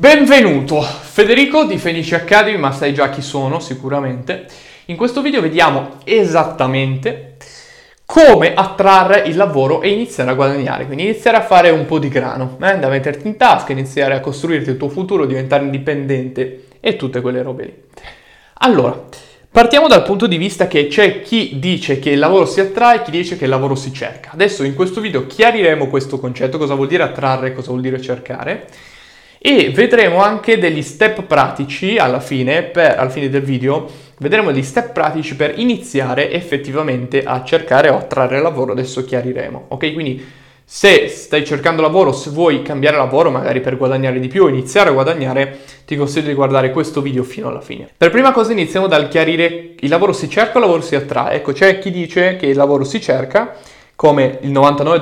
Benvenuto, Federico di Fenici Academy, ma sai già chi sono sicuramente. In questo video vediamo esattamente come attrarre il lavoro e iniziare a guadagnare, quindi iniziare a fare un po' di grano, da metterti in tasca, iniziare a costruirti il tuo futuro, diventare indipendente e tutte quelle robe lì. Allora, partiamo dal punto di vista che c'è chi dice che il lavoro si attrae e chi dice che il lavoro si cerca. Adesso in questo video chiariremo questo concetto, cosa vuol dire attrarre, cosa vuol dire cercare. E vedremo anche degli step pratici alla fine del video, vedremo degli step pratici per iniziare effettivamente a cercare o attrarre lavoro, adesso chiariremo, ok? Quindi se stai cercando lavoro, se vuoi cambiare lavoro magari per guadagnare di più o iniziare a guadagnare, ti consiglio di guardare questo video fino alla fine. Per prima cosa iniziamo dal chiarire il lavoro si cerca o il lavoro si attrae. Ecco, c'è chi dice che il lavoro si cerca, come il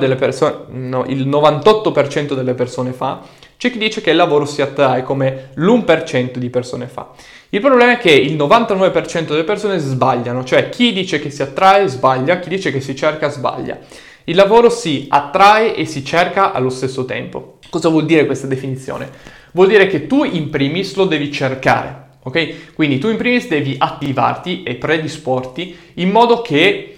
98% delle persone fa. C'è chi dice che il lavoro si attrae come l'1% di persone fa. Il problema è che il 99% delle persone sbagliano, cioè chi dice che si attrae sbaglia, chi dice che si cerca sbaglia. Il lavoro si attrae e si cerca allo stesso tempo. Cosa vuol dire questa definizione? Vuol dire che tu in primis lo devi cercare, ok? Quindi tu in primis devi attivarti e predisporti in modo che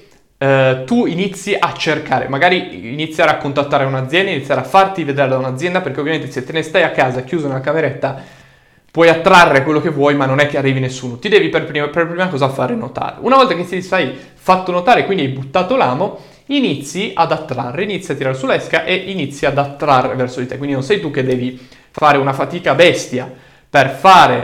tu inizi a cercare, magari iniziare a contattare un'azienda, iniziare a farti vedere da un'azienda, perché ovviamente se te ne stai a casa chiuso nella cameretta puoi attrarre quello che vuoi, ma non è che arrivi nessuno. Ti devi per prima cosa fare notare. Una volta che ti sei fatto notare, quindi hai buttato l'amo, inizi ad attrarre, inizi a tirare sull'esca e inizi ad attrarre verso di te. Quindi non sei tu che devi fare una fatica bestia per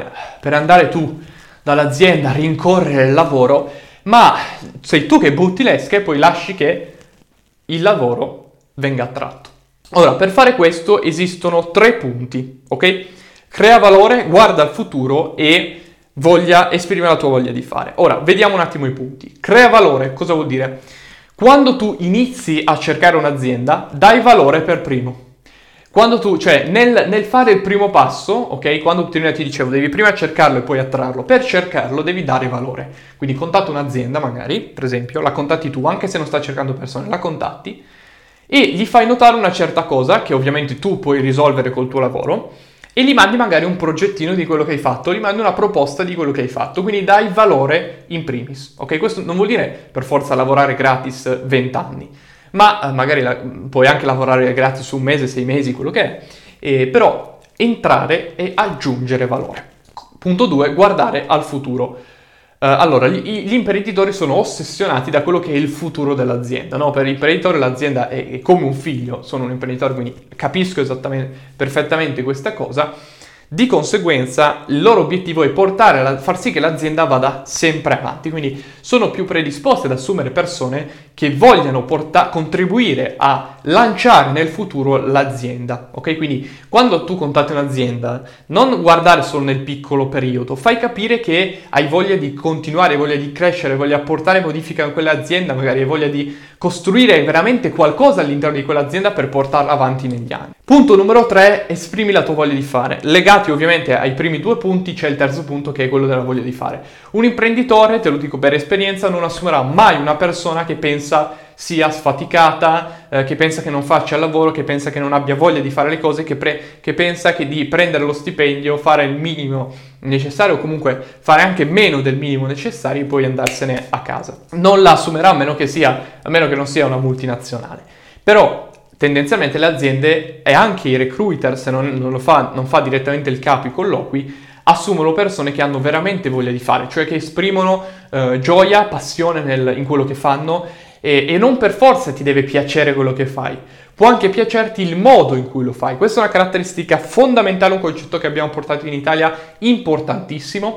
andare tu dall'azienda a rincorrere il lavoro, ma sei tu che butti l'esca e poi lasci che il lavoro venga attratto. Ora, per fare questo esistono 3 punti, ok? Crea valore, guarda al futuro e esprime la tua voglia di fare. Ora, vediamo un attimo i punti. Crea valore, cosa vuol dire? Quando tu inizi a cercare un'azienda, dai valore per primo. Quando tu, cioè nel fare il primo passo, ok? Quando prima ti dicevo devi prima cercarlo e poi attrarlo, per cercarlo devi dare valore. Quindi contatti un'azienda magari, per esempio, la contatti tu, anche se non sta cercando persone, la contatti e gli fai notare una certa cosa che ovviamente tu puoi risolvere col tuo lavoro e gli mandi magari un progettino di quello che hai fatto, gli mandi una proposta di quello che hai fatto, quindi dai valore in primis, ok? Questo non vuol dire per forza lavorare gratis 20 anni. Ma magari puoi anche lavorare gratis un mese, 6 mesi, quello che è, però entrare e aggiungere valore. Punto 2, guardare al futuro. Allora, gli imprenditori sono ossessionati da quello che è il futuro dell'azienda, no? Per l'imprenditore l'azienda è come un figlio, sono un imprenditore, quindi capisco perfettamente questa cosa. Di conseguenza il loro obiettivo è far sì che l'azienda vada sempre avanti, quindi sono più predisposti ad assumere persone che vogliano contribuire a lanciare nel futuro l'azienda, ok? Quindi quando tu contatti un'azienda, non guardare solo nel piccolo periodo, fai capire che hai voglia di continuare, hai voglia di crescere, hai voglia di apportare modifica in quell'azienda, magari hai voglia di costruire veramente qualcosa all'interno di quell'azienda per portarla avanti negli anni. Punto numero 3, esprimi la tua voglia di fare. Legati ovviamente ai primi 2 punti c'è il terzo punto che è quello della voglia di fare. Un imprenditore, te lo dico per esperienza, non assumerà mai una persona che pensa sia sfaticata, che pensa che non faccia il lavoro, che pensa che non abbia voglia di fare le cose, che pensa che di prendere lo stipendio, fare il minimo necessario o comunque fare anche meno del minimo necessario e poi andarsene a casa. Non la assumerà a meno che non sia una multinazionale. Però tendenzialmente le aziende e anche i recruiter, se non fa direttamente il capo, i colloqui, assumono persone che hanno veramente voglia di fare, cioè che esprimono gioia, passione in quello che fanno e non per forza ti deve piacere quello che fai, può anche piacerti il modo in cui lo fai. Questa è una caratteristica fondamentale, un concetto che abbiamo portato in Italia importantissimo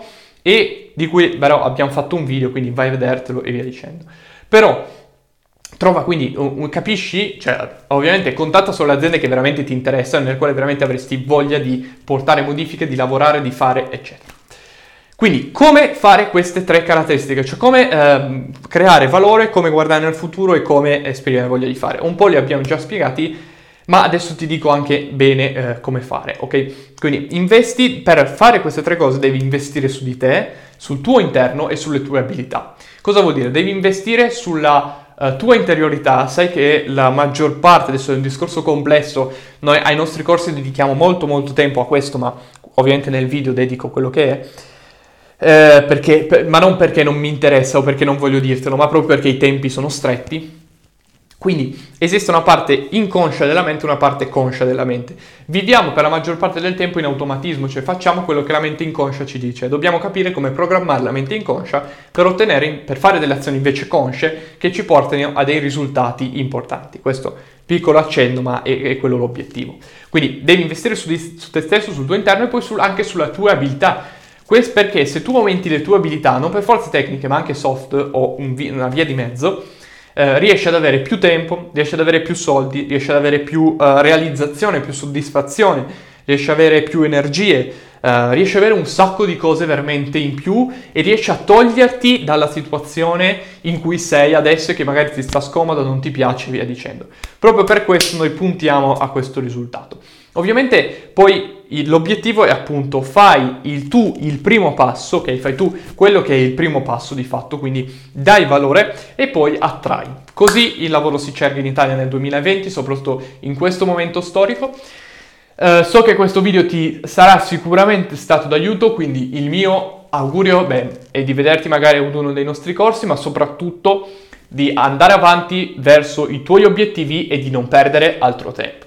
e di cui però abbiamo fatto un video, quindi vai a vedertelo e via dicendo. Però trova quindi, capisci? Cioè, ovviamente contatta solo le aziende che veramente ti interessano, nel quale veramente avresti voglia di portare modifiche, di lavorare, di fare, eccetera. Quindi, come fare queste 3 caratteristiche? Cioè, come creare valore, come guardare nel futuro e come esprimere voglia di fare. Un po' li abbiamo già spiegati, ma adesso ti dico anche bene come fare, ok? Quindi, per fare queste 3 cose devi investire su di te, sul tuo interno e sulle tue abilità. Cosa vuol dire? Devi investire sulla tua interiorità. Sai che la maggior parte, adesso è un discorso complesso, noi ai nostri corsi dedichiamo molto tempo a questo, ma ovviamente nel video dedico quello che è, ma non perché non mi interessa o perché non voglio dirtelo, ma proprio perché i tempi sono stretti. Quindi esiste una parte inconscia della mente e una parte conscia della mente. Viviamo per la maggior parte del tempo in automatismo, cioè facciamo quello che la mente inconscia ci dice. Dobbiamo capire come programmare la mente inconscia per fare delle azioni invece consce che ci portino a dei risultati importanti. Questo piccolo accenno, ma è quello l'obiettivo. Quindi devi investire su te stesso, sul tuo interno e poi anche sulla tua abilità. Questo perché se tu aumenti le tue abilità, non per forze tecniche ma anche soft o una via di mezzo, riesci ad avere più tempo, riesci ad avere più soldi, riesci ad avere più realizzazione, più soddisfazione, riesci ad avere più energie, riesci ad avere un sacco di cose veramente in più e riesci a toglierti dalla situazione in cui sei adesso e che magari ti sta scomoda, non ti piace e via dicendo. Proprio per questo noi puntiamo a questo risultato. Ovviamente poi l'obiettivo è appunto fai il primo passo, ok? Fai tu quello che è il primo passo di fatto, quindi dai valore e poi attrai. Così il lavoro si cerca in Italia nel 2020, soprattutto in questo momento storico. So che questo video ti sarà sicuramente stato d'aiuto, quindi il mio augurio è di vederti magari ad uno dei nostri corsi, ma soprattutto di andare avanti verso i tuoi obiettivi e di non perdere altro tempo.